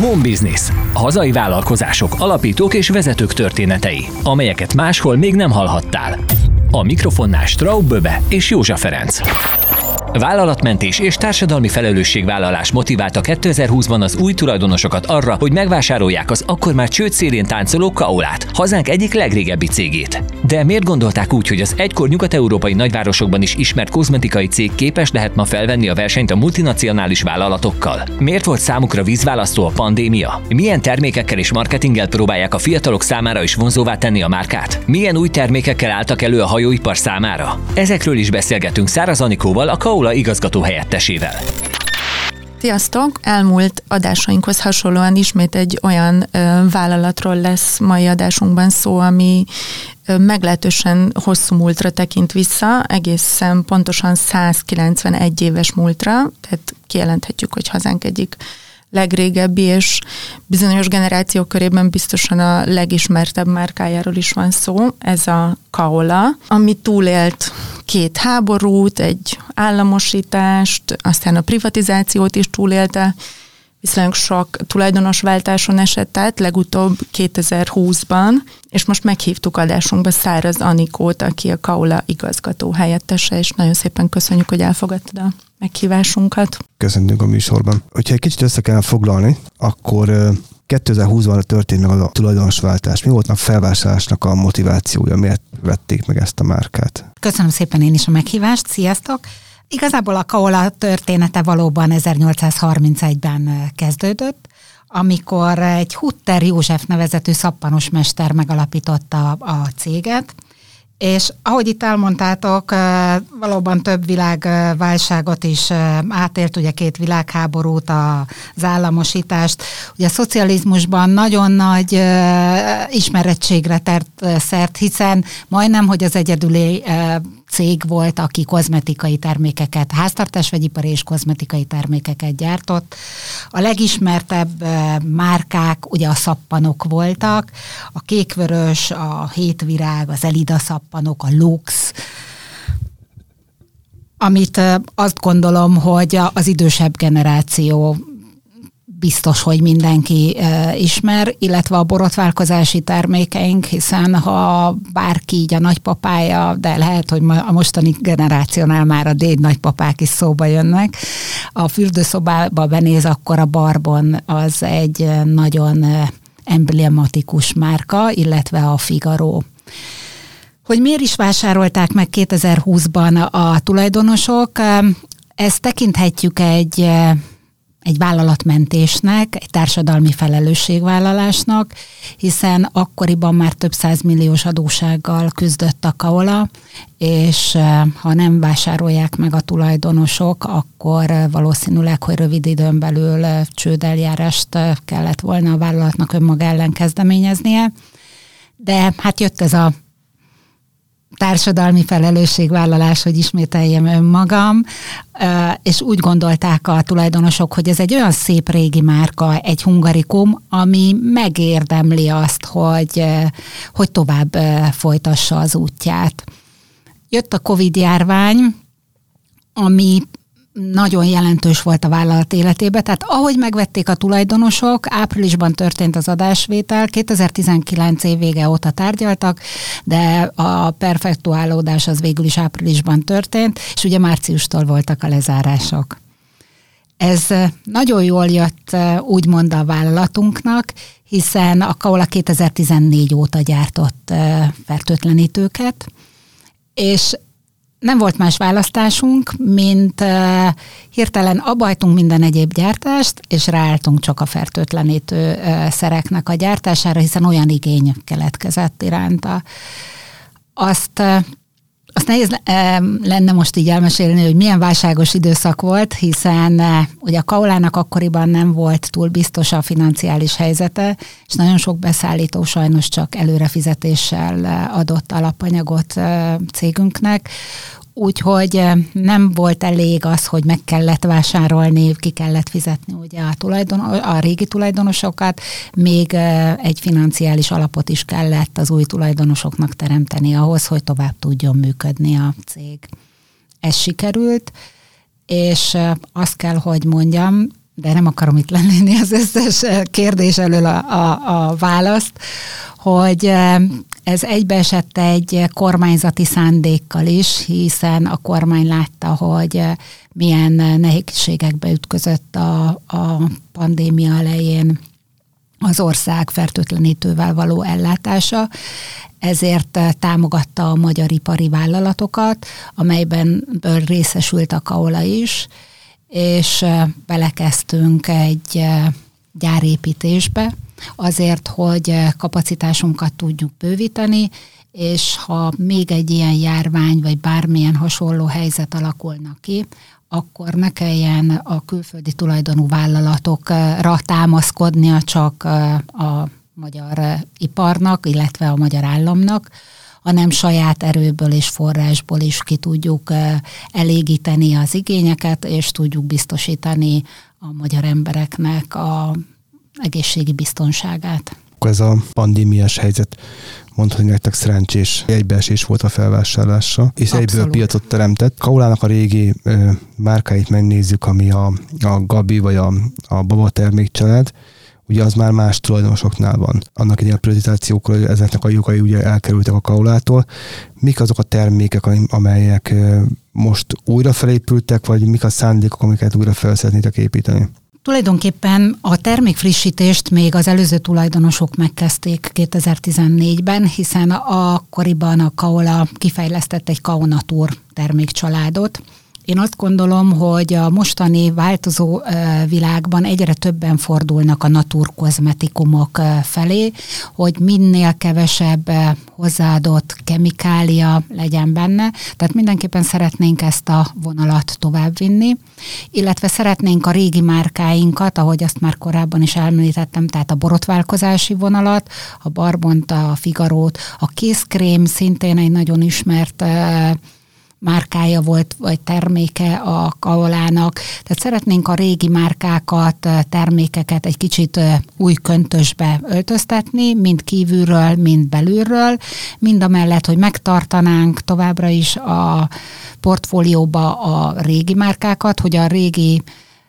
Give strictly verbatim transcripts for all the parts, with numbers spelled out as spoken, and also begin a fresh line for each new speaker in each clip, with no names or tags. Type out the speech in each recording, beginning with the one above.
Home Business. Hazai vállalkozások, alapítók és vezetők történetei, amelyeket máshol még nem hallhattál. A mikrofonnál Straub Böbe és Józsa Ferenc. Vállalatmentés és társadalmi felelősségvállalás motiválta kétezer-húszban az új tulajdonosokat arra, hogy megvásárolják az akkor már csőd szélén táncoló Kaolát, hazánk egyik legrégebbi cégét. De miért gondolták úgy, hogy az egykor nyugat-európai nagyvárosokban is ismert kozmetikai cég képes lehet ma felvenni a versenyt a multinacionális vállalatokkal? Miért volt számukra vízválasztó a pandémia? Milyen termékekkel és marketinggel próbálják a fiatalok számára is vonzóvá tenni a márkát? Milyen új termékekkel álltak elő a hajóipar számára? Ezekről is beszélgetünk Száraz Anikóval, a Kaola igazgató helyettesével.
Sziasztok! Elmúlt adásainkhoz hasonlóan ismét egy olyan ö, vállalatról lesz mai adásunkban szó, ami ö, meglehetősen hosszú múltra tekint vissza, egészen pontosan százkilencvenegy éves múltra, tehát kijelenthetjük, hogy hazánk egyik legrégebbi és bizonyos generációk körében biztosan a legismertebb márkájáról is van szó, ez a Kaola, ami túlélt két háborút, egy államosítást, aztán a privatizációt is túlélte, viszonylag sok tulajdonosváltáson esett át, legutóbb kétezer-húszban, és most meghívtuk adásunkba Száraz Anikót, aki a Kaola igazgató helyettese, és nagyon szépen köszönjük, hogy elfogadtad a meghívásunkat.
Köszönjük a műsorban. Hogyha egy kicsit össze kell foglalni, akkor kétezer-húszban történt meg a tulajdonosváltás. Mi volt a felvásárlásnak a motivációja? Miért vették meg ezt a márkát?
Köszönöm szépen én is a meghívást. Sziasztok! Igazából a Kaola története valóban ezernyolcszázharmincegyben kezdődött, amikor egy Hutter József nevezetű szappanosmester megalapította a céget, és ahogy itt elmondtátok, valóban több világválságot is átélt, ugye két világháborút, az államosítást. Ugye a szocializmusban nagyon nagy ismerettségre tett szert, hiszen majdnem, hogy az egyedüli cég volt, aki kozmetikai termékeket, háztartásvegyipari és kozmetikai termékeket gyártott. A legismertebb márkák ugye a szappanok voltak, a kékvörös, a hétvirág, az Elida szappanok, a Lux, amit azt gondolom, hogy az idősebb generáció biztos, hogy mindenki e, ismer, illetve a borotválkozási termékeink, hiszen ha bárki így a nagypapája, de lehet, hogy a mostani generációnál már a déd nagypapák is szóba jönnek, a fürdőszobába benéz, akkor a Barbon az egy nagyon emblematikus márka, illetve a Figaro. Hogy miért is vásárolták meg kétezer-húszban a tulajdonosok, ezt tekinthetjük egy egy vállalatmentésnek, egy társadalmi felelősségvállalásnak, hiszen akkoriban már több százmilliós adóssággal küzdött a Kaola, és ha nem vásárolják meg a tulajdonosok, akkor valószínűleg, hogy rövid időn belül csődeljárást kellett volna a vállalatnak önmaga ellen kezdeményeznie. De hát jött ez a társadalmi felelősségvállalás, hogy ismételjem önmagam, és úgy gondolták a tulajdonosok, hogy ez egy olyan szép régi márka, egy hungarikum, ami megérdemli azt, hogy, hogy tovább folytassa az útját. Jött a Covid-járvány, ami nagyon jelentős volt a vállalat életében, tehát ahogy megvették a tulajdonosok, áprilisban történt az adásvétel, kétezer-tizenkilenc év vége óta tárgyaltak, de a perfektuálódás az végül is áprilisban történt, és ugye márciustól voltak a lezárások. Ez nagyon jól jött úgymond a vállalatunknak, hiszen a Kaola kétezer-tizennégy óta gyártott fertőtlenítőket, és nem volt más választásunk, mint uh, hirtelen abbajtunk minden egyéb gyártást, és ráálltunk csak a fertőtlenítő uh, szereknek a gyártására, hiszen olyan igény keletkezett iránta. Azt, uh, azt nehéz uh, lenne most így elmesélni, hogy milyen válságos időszak volt, hiszen uh, ugye a Kaolának akkoriban nem volt túl biztos a financiális helyzete, és nagyon sok beszállító sajnos csak előrefizetéssel adott alapanyagot uh, cégünknek, úgyhogy nem volt elég az, hogy meg kellett vásárolni, ki kellett fizetni ugye a, tulajdon, a régi tulajdonosokat, még egy financiális alapot is kellett az új tulajdonosoknak teremteni ahhoz, hogy tovább tudjon működni a cég. Ez sikerült, és azt kell, hogy mondjam, de nem akarom itt lelőni az összes kérdés elől a, a, a választ, hogy ez egybeesett egy kormányzati szándékkal is, hiszen a kormány látta, hogy milyen nehézségekbe ütközött a, a pandémia elején az ország fertőtlenítővel való ellátása, ezért támogatta a magyar ipari vállalatokat, amelyben részesült a Kaola is, és belekezdtünk egy gyárépítésbe, azért, hogy kapacitásunkat tudjuk bővíteni, és ha még egy ilyen járvány, vagy bármilyen hasonló helyzet alakulna ki, akkor ne kelljen a külföldi tulajdonú vállalatokra támaszkodnia csak a magyar iparnak, illetve a magyar államnak, hanem saját erőből és forrásból is ki tudjuk elégíteni az igényeket, és tudjuk biztosítani a magyar embereknek a egészségi biztonságát.
Akkor ez a pandémiás helyzet mondhatni nektek szerencsés egybeesés volt a felvásárlása, és
Abszolút.
egyből piacot teremtett. Kaolának a régi ö, márkáit megnézzük, ami a, a Gabi vagy a, a Baba termékcsalád, ugye az már más tulajdonosoknál van. Annak idején a priorizációkor ezeknek a jogai ugye elkerültek a Kaolától. Mik azok a termékek, amelyek most újra felépültek, vagy mik a szándékok, amiket újra fel szeretnétek építeni?
Tulajdonképpen a termékfrissítést még az előző tulajdonosok megkezdték kétezer-tizennégyben, hiszen akkoriban a Kaola kifejlesztett egy Kaonatur termékcsaládot. Én azt gondolom, hogy a mostani változó világban egyre többen fordulnak a naturkozmetikumok felé, hogy minél kevesebb hozzáadott kemikália legyen benne, tehát mindenképpen szeretnénk ezt a vonalat továbbvinni, illetve szeretnénk a régi márkáinkat, ahogy azt már korábban is említettem, tehát a borotválkozási vonalat, a Barbont, a Figarót, a kézkrém szintén egy nagyon ismert márkája volt, vagy terméke a Kaolának. Tehát szeretnénk a régi márkákat, termékeket egy kicsit új köntösbe öltöztetni, mind kívülről, mind belülről, mind amellett, hogy megtartanánk továbbra is a portfólióba a régi márkákat, hogy a régi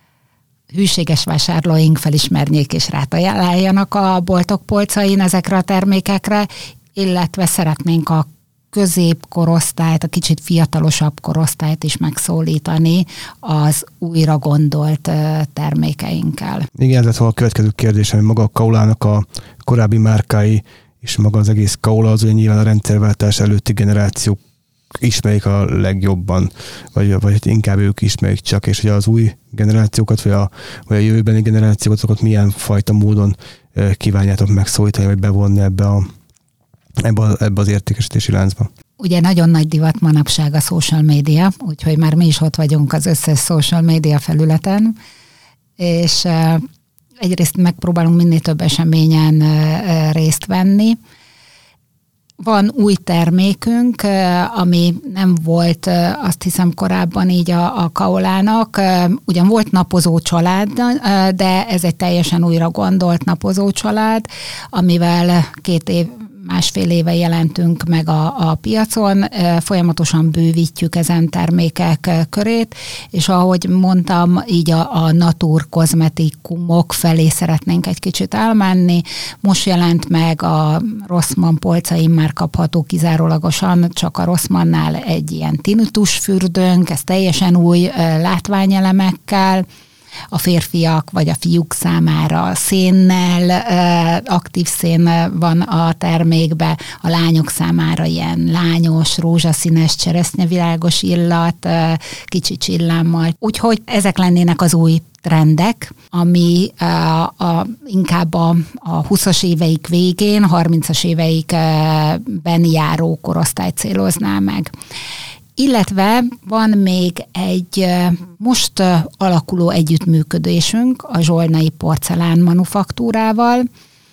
hűséges vásárlóink felismerjék és rátaláljanak a boltok polcain ezekre a termékekre, illetve szeretnénk a középkorosztályt, a kicsit fiatalosabb korosztályt is megszólítani az újra gondolt termékeinkkel.
Igen, ez lett volna a következő kérdés, hogy maga a Kaolának a korábbi márkái és maga az egész Kaola, az ugye nyilván a rendszerváltás előtti generációk ismerik a legjobban, vagy, vagy inkább ők ismerik csak, és hogy az új generációkat, vagy a, vagy a jövőbeni generációkat, azokat milyen fajta módon kívánjátok megszólítani, vagy bevonni ebbe a Ebbe, ebbe az értékesítési láncba.
Ugye nagyon nagy divat manapság a social media, úgyhogy már mi is ott vagyunk az összes social media felületen, és uh, egyrészt megpróbálunk minél több eseményen uh, részt venni. Van új termékünk, uh, ami nem volt, uh, azt hiszem korábban így a, a Kaolának. Uh, ugyan volt napozó család, uh, de ez egy teljesen újra gondolt napozó család, amivel két év másfél éve jelentünk meg a, a piacon, folyamatosan bővítjük ezen termékek körét, és ahogy mondtam, így a, a natur kozmetikumok felé szeretnénk egy kicsit elmenni. Most jelent meg a Rossmann polcain, már kapható kizárólagosan csak a Rossmannnál egy ilyen tinnitus fürdőnk, ez teljesen új látványelemekkel, a férfiak vagy a fiúk számára szénnel, aktív szén van a termékben, a lányok számára ilyen lányos, rózsaszínes, cseresznyevirágos illat, kicsi csillámmal. Úgyhogy ezek lennének az új trendek, ami a, a, inkább a, a húszas éveik végén, harmincas éveikben járó korosztályt célozná meg. Illetve van még egy most alakuló együttműködésünk a zsolnai porcelán manufaktúrával.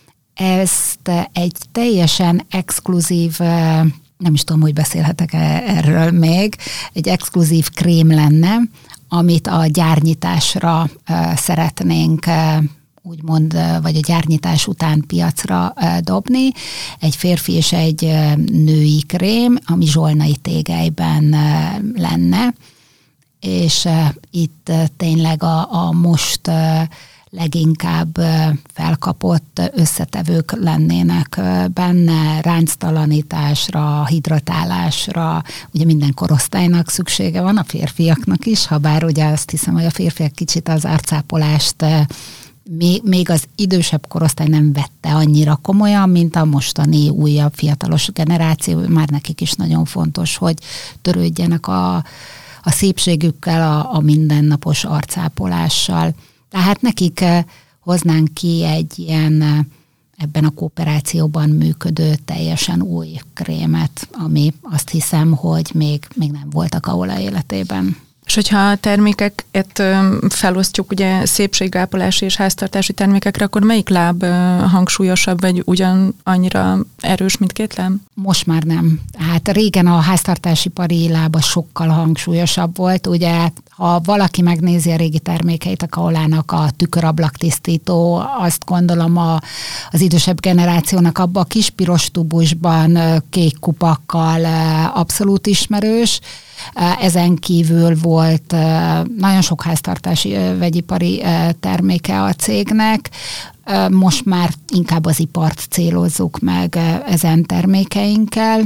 Ezt egy teljesen exkluzív, nem is tudom, hogy beszélhetek erről még, egy exkluzív krém lenne, amit a gyárnyitásra szeretnénk úgymond, vagy a gyárnyitás után piacra dobni. Egy férfi és egy női krém, ami zsolnai tégelyben lenne. és itt tényleg a, a most leginkább felkapott összetevők lennének benne, ránctalanításra, hidratálásra, ugye minden korosztálynak szüksége van, a férfiaknak is, ha bár ugye azt hiszem, hogy a férfiak kicsit az arcápolást még, még az idősebb korosztály nem vette annyira komolyan, mint a mostani újabb fiatalos generáció, már nekik is nagyon fontos, hogy törődjenek a, a szépségükkel, a, a mindennapos arcápolással. Tehát nekik hoznánk ki egy ilyen ebben a kooperációban működő teljesen új krémet, ami azt hiszem, hogy még, még nem volt a Kaola életében.
És hogyha a termékeket felosztjuk ugye szépségápolási és háztartási termékekre, akkor melyik láb hangsúlyosabb, vagy ugyan annyira erős, mint két láb?
Most már nem. Hát régen a háztartási pari lába sokkal hangsúlyosabb volt. Ugye, ha valaki megnézi a régi termékeit, a Kaolának a tükörablaktisztító, azt gondolom a, az idősebb generációnak abban a kis piros tubusban, kék kupakkal abszolút ismerős. Ezen kívül volt nagyon sok háztartási vegyipari terméke a cégnek. Most már inkább az ipart célozzuk meg ezen termékeinkkel.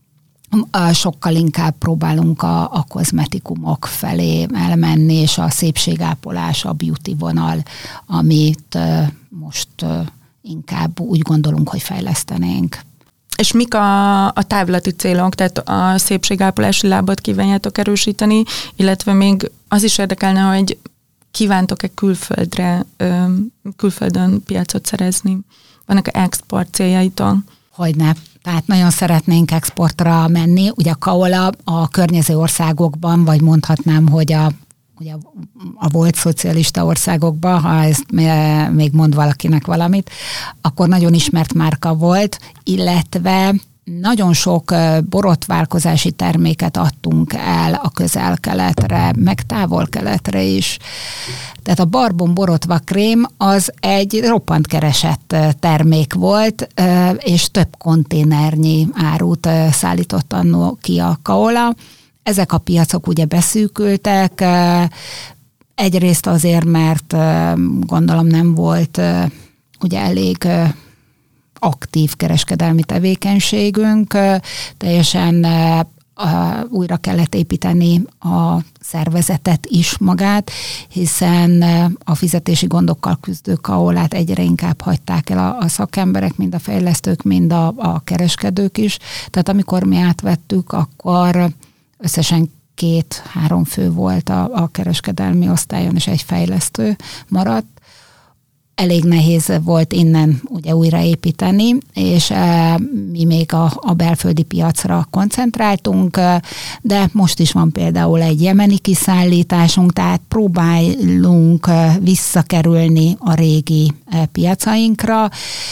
Sokkal inkább próbálunk a, a kozmetikumok felé elmenni, és a szépségápolás, a beauty vonal, amit most inkább úgy gondolunk, hogy fejlesztenénk.
És mik a, a távlati célok, tehát a szépségápolási lábot kívánjátok erősíteni, illetve még az is érdekelne, hogy kívántok-e külföldre, külföldön piacot szerezni? Vannak-e export céljaitok?
Hogyne. Tehát nagyon szeretnénk exportra menni. Ugye a Kaola a környező országokban, vagy mondhatnám, hogy a ugye a volt szocialista országokban, ha ezt még mond valakinek valamit, akkor nagyon ismert márka volt, illetve nagyon sok borotválkozási terméket adtunk el a közel-keletre, meg távol-keletre is. Tehát a Barbon borotva krém az egy roppant keresett termék volt, és több konténernyi árut szállított annó ki a Kaola. Ezek a piacok ugye beszűkültek, egyrészt azért, mert gondolom nem volt ugye elég aktív kereskedelmi tevékenységünk, teljesen újra kellett építeni a szervezetet is magát, hiszen a fizetési gondokkal küzdő Kaolát egyre inkább hagyták el a, a szakemberek, mind a fejlesztők, mind a, a kereskedők is. Tehát amikor mi átvettük, akkor összesen két-három fő volt a, a kereskedelmi osztályon, és egy fejlesztő maradt. Elég nehéz volt innen ugye újraépíteni, és e, mi még a, a belföldi piacra koncentráltunk, de most is van például egy jemeni kiszállításunk, tehát próbálunk visszakerülni a régi piacainkra.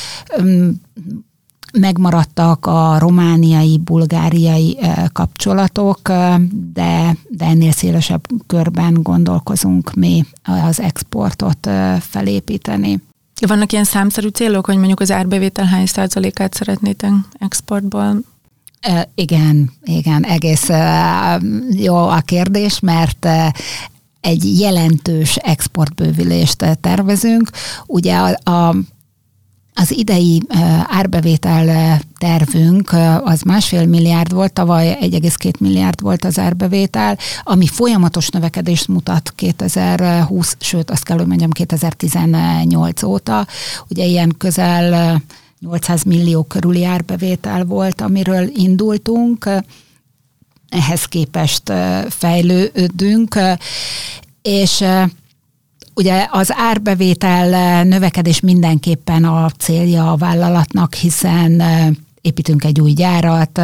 Megmaradtak a romániai, bulgáriai kapcsolatok, de, de ennél szélesebb körben gondolkozunk mi az exportot felépíteni.
Vannak ilyen számszerű célok, hogy mondjuk az árbevétel hány százalékát szeretnétek exportból?
Igen, igen, egész jó a kérdés, mert egy jelentős exportbővülést tervezünk. Ugye a, a Az idei árbevétel tervünk az másfél milliárd volt, tavaly egy egész két milliárd volt az árbevétel, ami folyamatos növekedést mutat kétezer-húsz, sőt azt kell, hogy mondjam kétezer-tizennyolc óta. Ugye ilyen közel nyolcszáz millió körüli árbevétel volt, amiről indultunk, ehhez képest fejlődünk, és ugye az árbevétel növekedés mindenképpen a célja a vállalatnak, hiszen építünk egy új gyárat,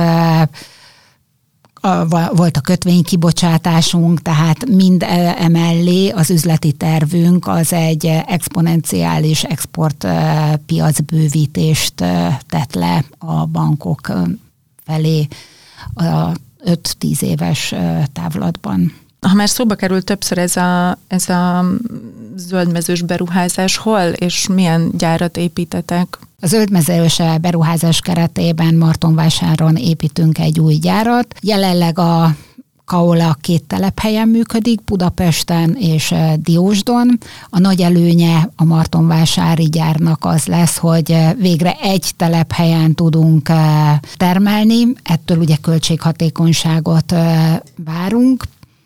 volt a kötvénykibocsátásunk, tehát mind emellé az üzleti tervünk az egy exponenciális exportpiacbővítést tett le a bankok felé a öt-tíz éves távlatban.
Ha már szóba került többször ez a, ez a zöldmezős beruházás, hol és milyen gyárat építetek?
A zöldmezős beruházás keretében Martonvásáron építünk egy új gyárat. Jelenleg a Kaola két telephelyen működik, Budapesten és Diósdon. A nagy előnye a martonvásári gyárnak az lesz, hogy végre egy telephelyen tudunk termelni, ettől ugye költséghatékonyságot várunk.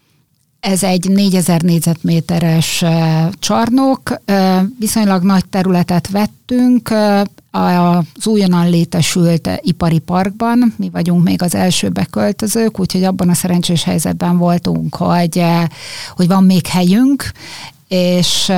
Ez egy négyezer négyzetméteres csarnok, viszonylag nagy területet vettünk, az újonnan létesült ipari parkban, mi vagyunk még az első beköltözők, úgyhogy abban a szerencsés helyzetben voltunk, hogy, hogy van még helyünk, és,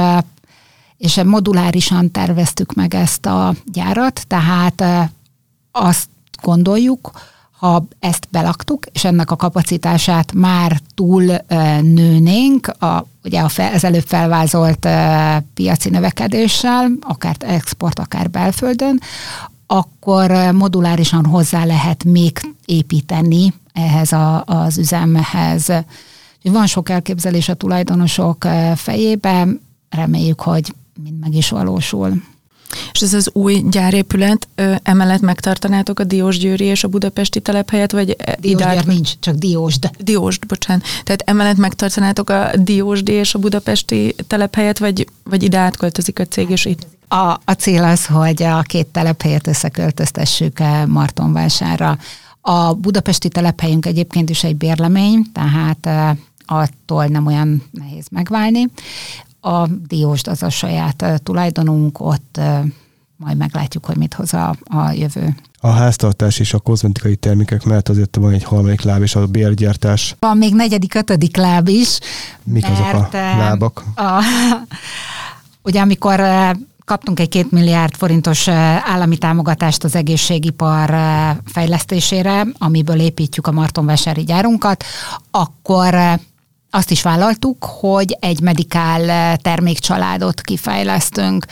és modulárisan terveztük meg ezt a gyárat, tehát azt gondoljuk, ha ezt belaktuk, és ennek a kapacitását már túl uh, nőnénk, a, ugye az előbb felvázolt uh, piaci növekedéssel, akár export, akár belföldön, akkor uh, modulárisan hozzá lehet még építeni ehhez a, az üzemhez. Van sok elképzelés a tulajdonosok uh, fejében, reméljük, hogy mind meg is valósul.
És ez az új gyárépület, emellett megtartanátok a Diósgyőri és a budapesti telephelyet, vagy
Diósgyőr nincs, csak Diósd.
Diósd, bocsánat. Tehát emellett megtartanátok a Diósdi és a budapesti telephelyet, vagy, vagy ide átköltözik a cég, és itt?
A, a cél az, hogy a két telephelyet összeköltöztessük Martonvásárra. A budapesti telephelyünk egyébként is egy bérlemény, tehát attól nem olyan nehéz megválni. A Diósd az a saját tulajdonunk, ott majd meglátjuk, hogy mit hoz a, a jövő.
A háztartás és a kozmetikai termékek mellett azért van egy harmadik láb, és a bérgyártás.
Van még negyedik, ötödik láb is.
Mik azok a lábak?
A, ugye amikor kaptunk egy két milliárd forintos állami támogatást az egészségipar fejlesztésére, amiből építjük a martonvásári gyárunkat, akkor azt is vállaltuk, hogy egy medikál termékcsaládot kifejlesztünk.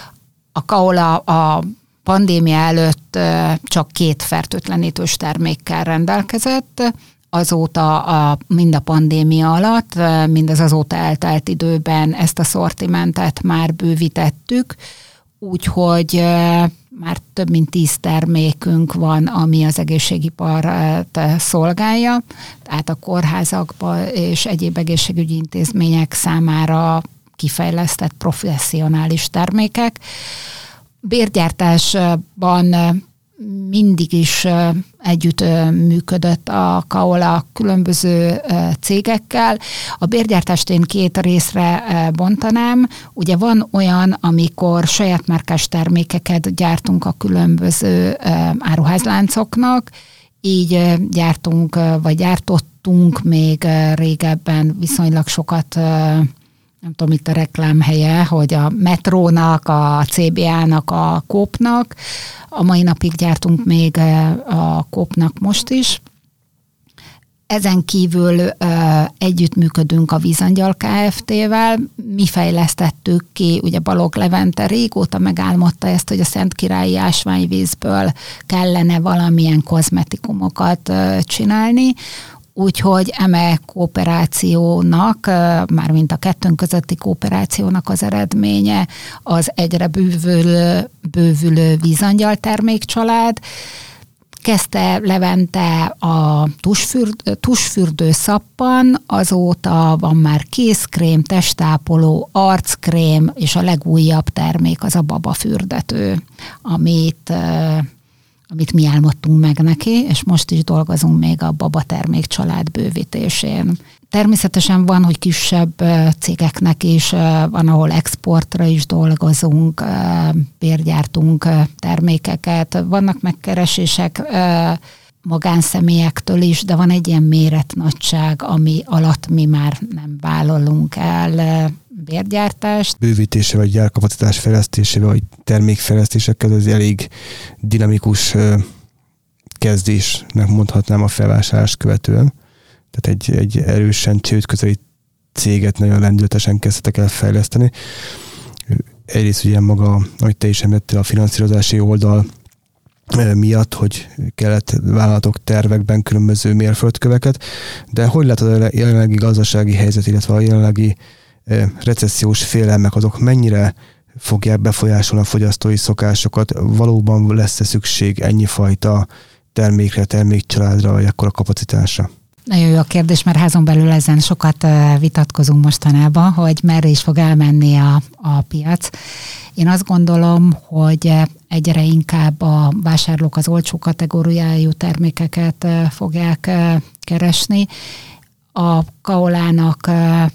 A Kaola a pandémia előtt csak két fertőtlenítős termékkel rendelkezett, azóta a, mind a pandémia alatt, mind az azóta eltelt időben ezt a szortimentet már bővítettük, úgyhogy már több mint tíz termékünk van, ami az egészségipart szolgálja, tehát a kórházakban és egyéb egészségügyi intézmények számára kifejlesztett professzionális termékek. Bérgyártásban mindig is együtt működött a Kaola különböző cégekkel. A bérgyártást én két részre bontanám. Ugye van olyan, amikor saját márkás termékeket gyártunk a különböző áruházláncoknak, így gyártunk, vagy gyártottunk még régebben viszonylag sokat, nem tudom, itt a reklámhelye, hogy a Metrónak, a cé bé á-nak, a Coop-nak, a mai napig gyártunk még a Coop-nak most is. Ezen kívül uh, együttműködünk a Vízangyal Kft-vel, mi fejlesztettük ki, ugye Balogh Levente régóta megálmodta ezt, hogy a Szentkirályi ásványvízből kellene valamilyen kozmetikumokat uh, csinálni, úgyhogy eme kooperációnak, mármint a kettőnk közötti kooperációnak az eredménye az egyre bővülő, bővülő Vízangyal termékcsalád. Kezdte Levente a tusfürdő, tusfürdő szappan, azóta van már kézkrém, testápoló, arckrém, és a legújabb termék az a babafürdető, amit... amit mi álmodtunk meg neki, és most is dolgozunk még a baba termékcsalád bővítésén. Természetesen van, hogy kisebb cégeknek is, van, ahol exportra is dolgozunk, bérgyártunk termékeket, vannak megkeresések magánszemélyektől is, de van egy ilyen méretnagyság, ami alatt mi már nem vállalunk el bérgyártást.
Bővítése vagy gyárkapacitás fejlesztésével, vagy termékfejlesztésekkel ez elég dinamikus kezdésnek mondhatnám a felvásárlást követően. Tehát egy, egy erősen csődközeli céget nagyon lendületesen kezdtek el fejleszteni. Egyrészt ugye maga, ahogy te is említettél, a finanszírozási oldal miatt, hogy kellett vállalatok tervekben különböző mérföldköveket, de hogy látod a jelenlegi gazdasági helyzet, illetve a jelenlegi recessziós félelmek, azok mennyire fogják befolyásolni a fogyasztói szokásokat? Valóban lesz-e szükség ennyi fajta termékre, termékcsaládra, vagy akkor a kapacitásra?
Nagyon jó a kérdés, mert házon belül ezen sokat vitatkozunk mostanában, hogy merre is fog elmenni a, a piac. Én azt gondolom, hogy egyre inkább a vásárlók az olcsó kategóriájú termékeket fogják keresni. A Kaolának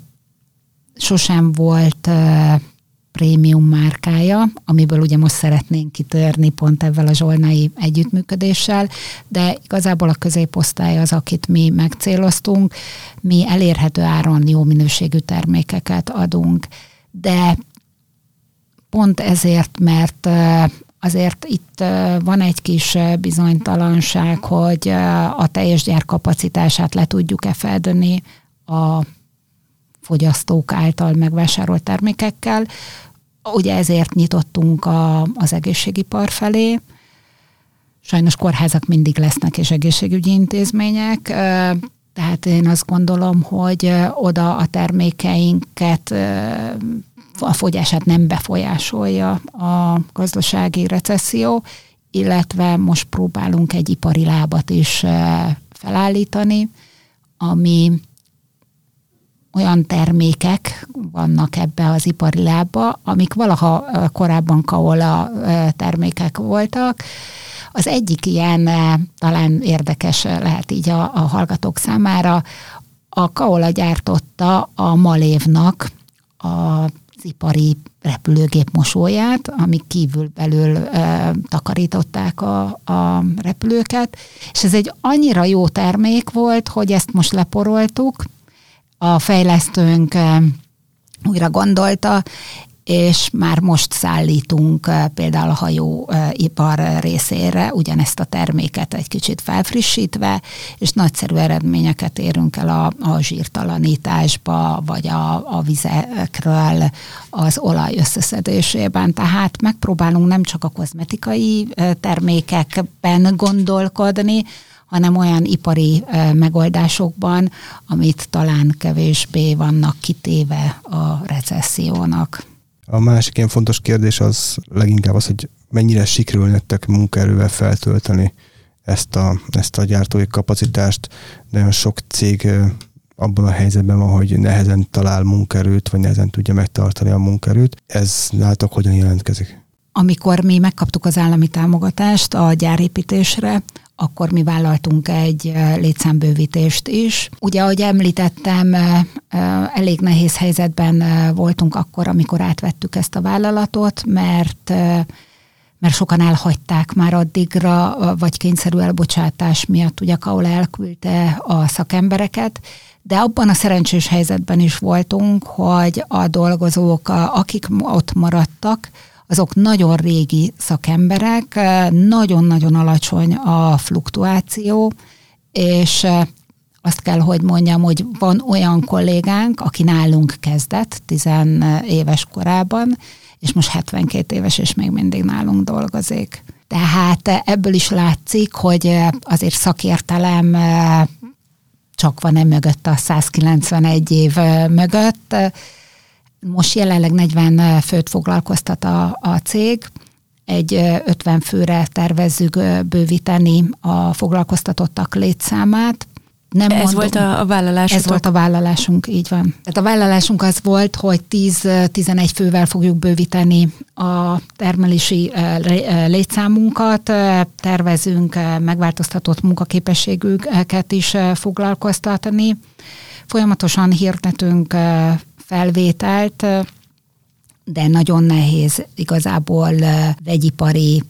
sosem volt prémium márkája, amiből ugye most szeretnénk kitörni pont ebben a zsolnai együttműködéssel, de igazából a középosztály az, akit mi megcéloztunk. Mi elérhető áron jó minőségű termékeket adunk, de pont ezért, mert azért itt van egy kis bizonytalanság, hogy a teljes gyárkapacitását le tudjuk-e fedni a fogyasztók által megvásárolt termékekkel. Ugye ezért nyitottunk a, az egészségipar felé. Sajnos kórházak mindig lesznek, és egészségügyi intézmények, tehát én azt gondolom, hogy oda a termékeinket, a fogyását nem befolyásolja a gazdasági recesszió, illetve most próbálunk egy ipari lábat is felállítani, ami olyan termékek vannak ebbe az ipari lábba, amik valaha korábban Kaola termékek voltak. Az egyik ilyen talán érdekes lehet így a, a hallgatók számára, a Kaola gyártotta a Malévnak az ipari repülőgép mosóját, amik kívül belül e, takarították a, a repülőket, és ez egy annyira jó termék volt, hogy ezt most leporoltuk, a fejlesztőnk újra gondolta, és már most szállítunk például a hajóipar részére ugyanezt a terméket egy kicsit felfrissítve, és nagyszerű eredményeket érünk el a, a zsírtalanításba, vagy a, a vizekről az olaj összeszedésében. Tehát megpróbálunk nem csak a kozmetikai termékekben gondolkodni, hanem olyan ipari megoldásokban, amit talán kevésbé vannak kitéve a recessziónak.
A másik ilyen fontos kérdés az leginkább az, hogy mennyire sikerül nektek munkaerővel feltölteni ezt a, ezt a gyártói kapacitást. Nagyon sok cég abban a helyzetben van, hogy nehezen talál munkaerőt, vagy nehezen tudja megtartani a munkaerőt. Ez nálatok hogyan jelentkezik?
Amikor mi megkaptuk az állami támogatást a gyárépítésre, akkor mi vállaltunk egy létszámbővítést is. Ugye, ahogy említettem, elég nehéz helyzetben voltunk akkor, amikor átvettük ezt a vállalatot, mert, mert sokan elhagyták már addigra, vagy kényszerű elbocsátás miatt, ugye Kaola elküldte a szakembereket, de abban a szerencsés helyzetben is voltunk, hogy a dolgozók, akik ott maradtak, azok nagyon régi szakemberek, nagyon-nagyon alacsony a fluktuáció, és azt kell, hogy mondjam, hogy van olyan kollégánk, aki nálunk kezdett tizenéves korában, és most hetvenkét éves, és még mindig nálunk dolgozik. Tehát ebből is látszik, hogy azért szakértelem csak van e mögött, a százkilencvenegy év mögött. Most jelenleg negyven főt foglalkoztat a, a cég, egy ötven főre tervezzük bővíteni a foglalkoztatottak létszámát. Nem
ez
mondom,
volt a, a vállalásunk?
Ez volt a vállalásunk, így van. Tehát a vállalásunk az volt, hogy tíz-tizenegy fővel fogjuk bővíteni a termelési létszámunkat, tervezünk megváltoztatott munkaképességüket is foglalkoztatni. Folyamatosan hirdetünk felvételt, de nagyon nehéz igazából vegyipari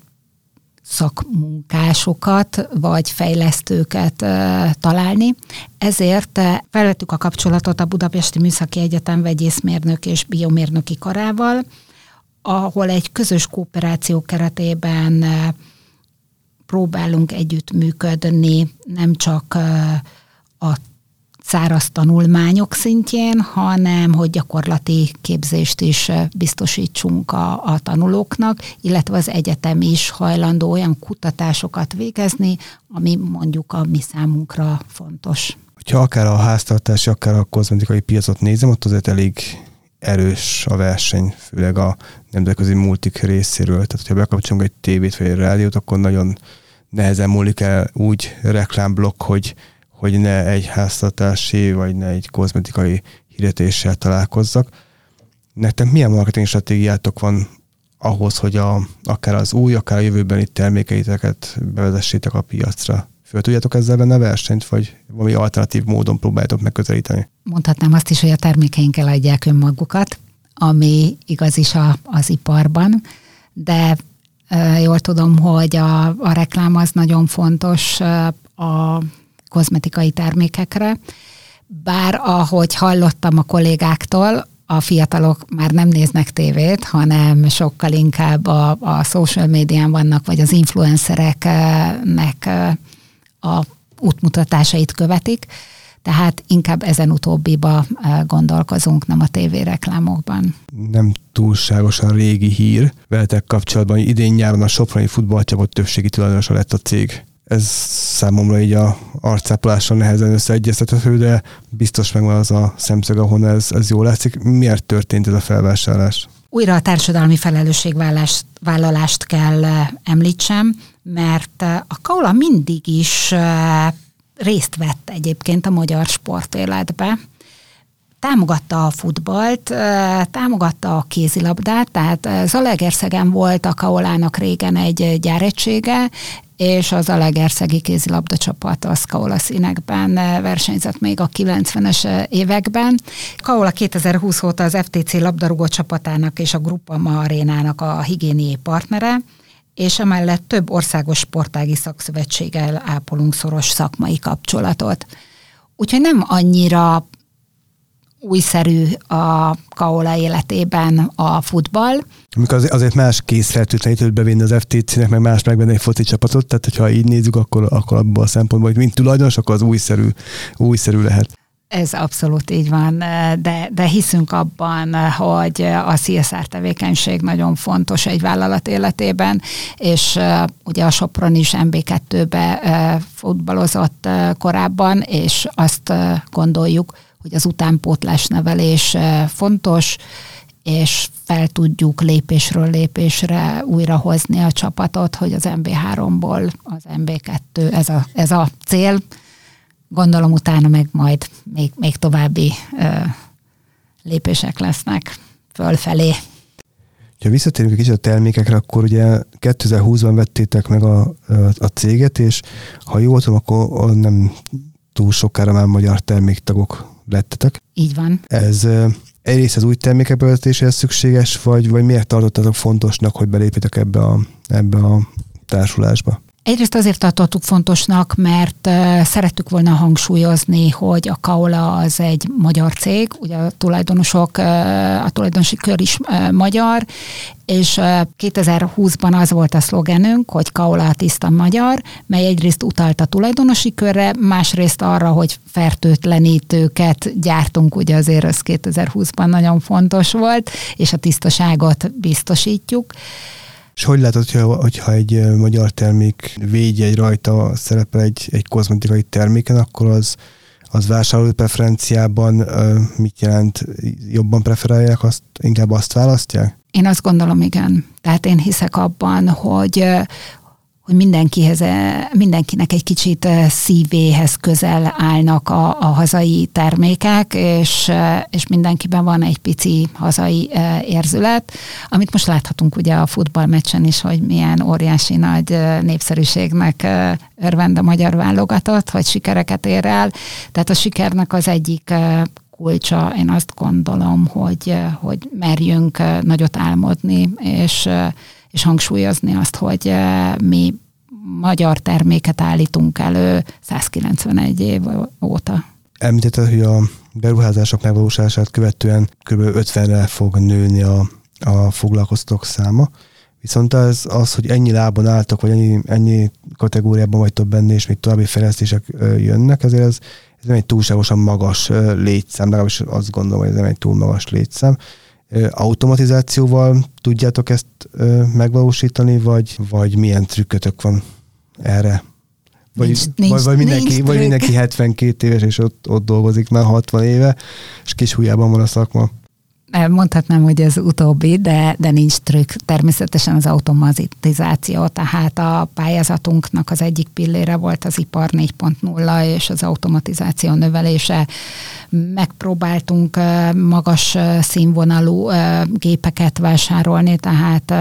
szakmunkásokat vagy fejlesztőket találni. Ezért felvettük a kapcsolatot a Budapesti Műszaki Egyetem vegyészmérnök és biomérnöki karával, ahol egy közös kooperáció keretében próbálunk együttműködni, nem csak a száraz tanulmányok szintjén, hanem hogy gyakorlati képzést is biztosítsunk a, a tanulóknak, illetve az egyetem is hajlandó olyan kutatásokat végezni, ami mondjuk a mi számunkra fontos.
Ha akár a háztartási, akár a kozmetikai piacot nézem, ott azért elég erős a verseny, főleg a nemzetközi multik részéről. Tehát, ha bekapcsolunk egy tévét vagy egy rádiót, akkor nagyon nehezen múlik el úgy reklámblokk, hogy hogy ne egy háztartási, vagy ne egy kozmetikai hirdetéssel találkozzak. Nektek milyen marketing stratégiátok van ahhoz, hogy a, akár az új, akár a jövőbeni termékeiteket bevezessétek a piacra? Föl tudjátok ezzel benne a versenyt, vagy valami alternatív módon próbáljátok megközelíteni?
Mondhatnám azt is, hogy a termékeinkkel adják önmagukat, ami igaz is a, az iparban, de e, jól tudom, hogy a, a reklám az nagyon fontos e, a kozmetikai termékekre, bár ahogy hallottam a kollégáktól, a fiatalok már nem néznek tévét, hanem sokkal inkább a, a social médián vannak, vagy az influencereknek a útmutatásait követik, tehát inkább ezen utóbbiba gondolkozunk, nem a tévéreklámokban.
Nem túlságosan régi hír veletek kapcsolatban, hogy idén nyáron a soproni futballcsapat többségi tulajdonosa lett a cég. Ez számomra így a arcápolással nehezen összeegyeztethető, de biztos megvan az a szemszög, ahol ez, ez jól látszik. Miért történt ez a felvásárlás?
Újra a társadalmi felelősségvállalást kell említsem, mert a Kaola mindig is részt vett egyébként a magyar sportéletbe. Támogatta a futballt, támogatta a kézilabdát, tehát Zalaegerszegen volt a Kaolának régen egy gyáregysége, és az zalaegerszegi kézilabda csapat az Kaola színekben versenyzett még a kilencvenes években. Kaola kétezer-húsz óta az ef té cé labdarúgó csapatának és a Groupama Arénának a higiéniai partnere, és emellett több országos sportági szakszövetséggel ápolunk szoros szakmai kapcsolatot. Úgyhogy nem annyira újszerű a Kaola életében a futball.
Amikor az, azért más készfertőtlenítőt bevinni az ef té cének, meg más megvenni egy foci csapatot, tehát hogyha így nézzük, akkor, akkor abban a szempontból, hogy mint tulajdonos, akkor az újszerű, újszerű lehet.
Ez abszolút így van, de, de hiszünk abban, hogy a cé es er tevékenység nagyon fontos egy vállalat életében, és ugye a Sopron is em bé kettőbe futballozott korábban, és azt gondoljuk, hogy az utánpótlás nevelés fontos, és fel tudjuk lépésről lépésre újrahozni a csapatot, hogy az em bé háromból az em bé kettő, ez a, ez a cél. Gondolom utána meg majd még, még további ö, lépések lesznek fölfelé.
Ha visszatérünk egy kicsit a termékekre, akkor ugye kétezer-húszban vettétek meg a, a céget, és ha jól tudom, akkor nem túl sokára már magyar terméktagok lettetek.
Így van.
Ez egyrészt az új termékek bevezetéséhez szükséges, vagy, vagy miért tartottatok fontosnak, hogy belépjetek ebbe a, ebbe a társulásba?
Egyrészt azért tartottuk fontosnak, mert uh, szerettük volna hangsúlyozni, hogy a Kaola az egy magyar cég, ugye a tulajdonosok, uh, a tulajdonosi kör is uh, magyar, és uh, kétezer-húszban az volt a szlogenünk, hogy Kaola a tiszta magyar, mely egyrészt utalt a tulajdonosi körre, másrészt arra, hogy fertőtlenítőket gyártunk, ugye azért az kétezer-húszban nagyon fontos volt, és a tisztaságot biztosítjuk.
És hogy látod, hogyha, hogyha egy magyar termék védjegy rajta szerepel egy, egy kozmetikai terméken, akkor az, az vásárlói preferenciában mit jelent? Jobban preferálják, azt, inkább azt választják?
Én azt gondolom, igen. Tehát én hiszek abban, hogy hogy mindenkihez, mindenkinek egy kicsit szívéhez közel állnak a, a hazai termékek, és, és mindenkiben van egy pici hazai érzület, amit most láthatunk ugye a futballmeccsen is, hogy milyen óriási nagy népszerűségnek örvend a magyar válogatott, hogy sikereket ér el. Tehát a sikernek az egyik kulcsa, én azt gondolom, hogy, hogy merjünk nagyot álmodni, és és hangsúlyozni azt, hogy mi magyar terméket állítunk elő százkilencvenegy év óta.
Említetted, hogy a beruházások megvalósulását követően kb. ötvenre fog nőni a, a foglalkoztatók száma. Viszont az, az, hogy ennyi lábon álltok, vagy ennyi, ennyi kategóriában vagytok benne, és még további fejlesztések jönnek, ezért ez, ez nem egy túlságosan magas létszám, legalábbis azt gondolom, hogy ez nem egy túl magas létszám. Automatizációval tudjátok ezt ö, megvalósítani, vagy, vagy milyen trükkötök van erre? Vagy,
nincs,
vagy,
nincs,
vagy, mindenki,
nincs
vagy mindenki hetvenkét éves, és ott, ott dolgozik már hatvan éve, és kis hújában van a szakma?
Mondhatnám, hogy ez utóbbi, de, de nincs trükk. Természetesen az automatizáció, tehát a pályázatunknak az egyik pillére volt az ipar négy pont nulla és az automatizáció növelése. Megpróbáltunk magas színvonalú gépeket vásárolni, tehát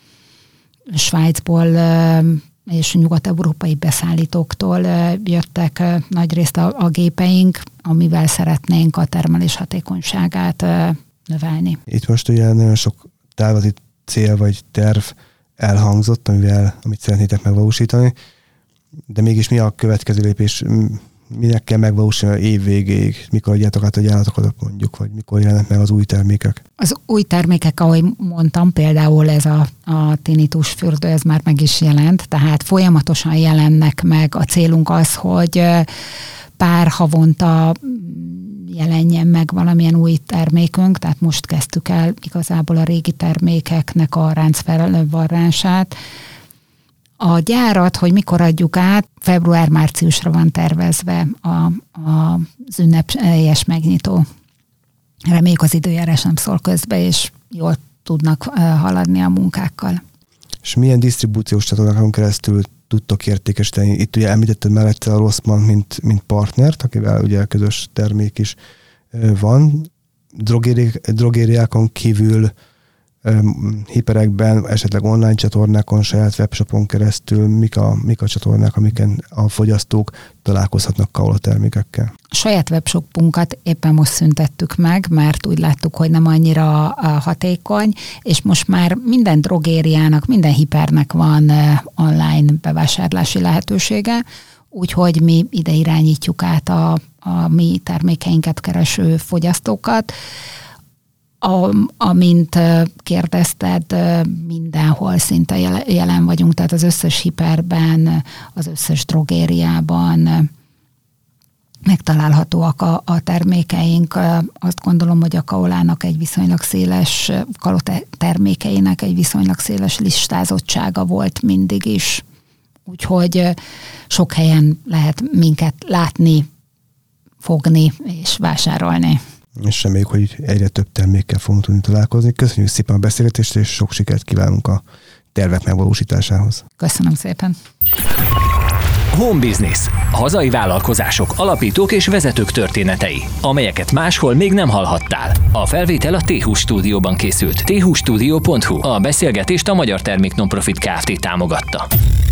Svájcból és nyugat-európai beszállítóktól jöttek nagyrészt a, a gépeink, amivel szeretnénk a termelés hatékonyságát növelni.
Itt most ugye nagyon sok távlati cél vagy terv elhangzott, amivel, amit szeretnétek megvalósítani, de mégis mi a következő lépés? Minek kell megvalósítani év végéig? Mikor adjátok át a gyáratokat mondjuk, vagy mikor jelennek meg az új termékek?
Az új termékek, ahogy mondtam, például ez a, a tinnitus fürdő, ez már meg is jelent, tehát folyamatosan jelennek meg. A célunk az, hogy pár havonta jelenjen meg valamilyen új termékünk, tehát most kezdtük el igazából a régi termékeknek a ráncfelvarrását. A gyárat, hogy mikor adjuk át, február-márciusra van tervezve a, a, az ünnepélyes megnyitó. Reméljük az időjárás nem szól közbe, és jól tudnak haladni a munkákkal.
És milyen disztribúciós csatornákon keresztül tudtok értékesíteni? Itt ugye említetted mellette a Rossmann, mint, mint partnert, akivel ugye közös termék is van. Drogéri, drogériákon kívül hiperekben, esetleg online csatornákon, saját webshopon keresztül, mik a, mik a csatornák, amiken a fogyasztók találkozhatnak Kaola termékekkel?
A saját webshopunkat éppen most szüntettük meg, mert úgy láttuk, hogy nem annyira hatékony, és most már minden drogériának, minden hipernek van online bevásárlási lehetősége, úgyhogy mi ide irányítjuk át a, a mi termékeinket kereső fogyasztókat. A, amint kérdezted, mindenhol szinte jelen vagyunk, tehát az összes hiperben, az összes drogériában megtalálhatóak a, a termékeink. Azt gondolom, hogy a Kaolának egy viszonylag széles, Kaola termékeinek egy viszonylag széles listázottsága volt mindig is. Úgyhogy sok helyen lehet minket látni, fogni és vásárolni.
És reméljük, hogy egyre több termékkel fogunk tudni találkozni. Köszönjük szépen a beszélgetést, és sok sikert kívánunk a tervek megvalósításához.
Köszönöm szépen.
Home Business. Hazai vállalkozások, alapítók és vezetők történetei, amelyeket máshol még nem hallhattál. A felvétel a T húsz stúdióban készült. t húsz stúdió pont hu. A beszélgetést a Magyar Termék Nonprofit Kft. Támogatta.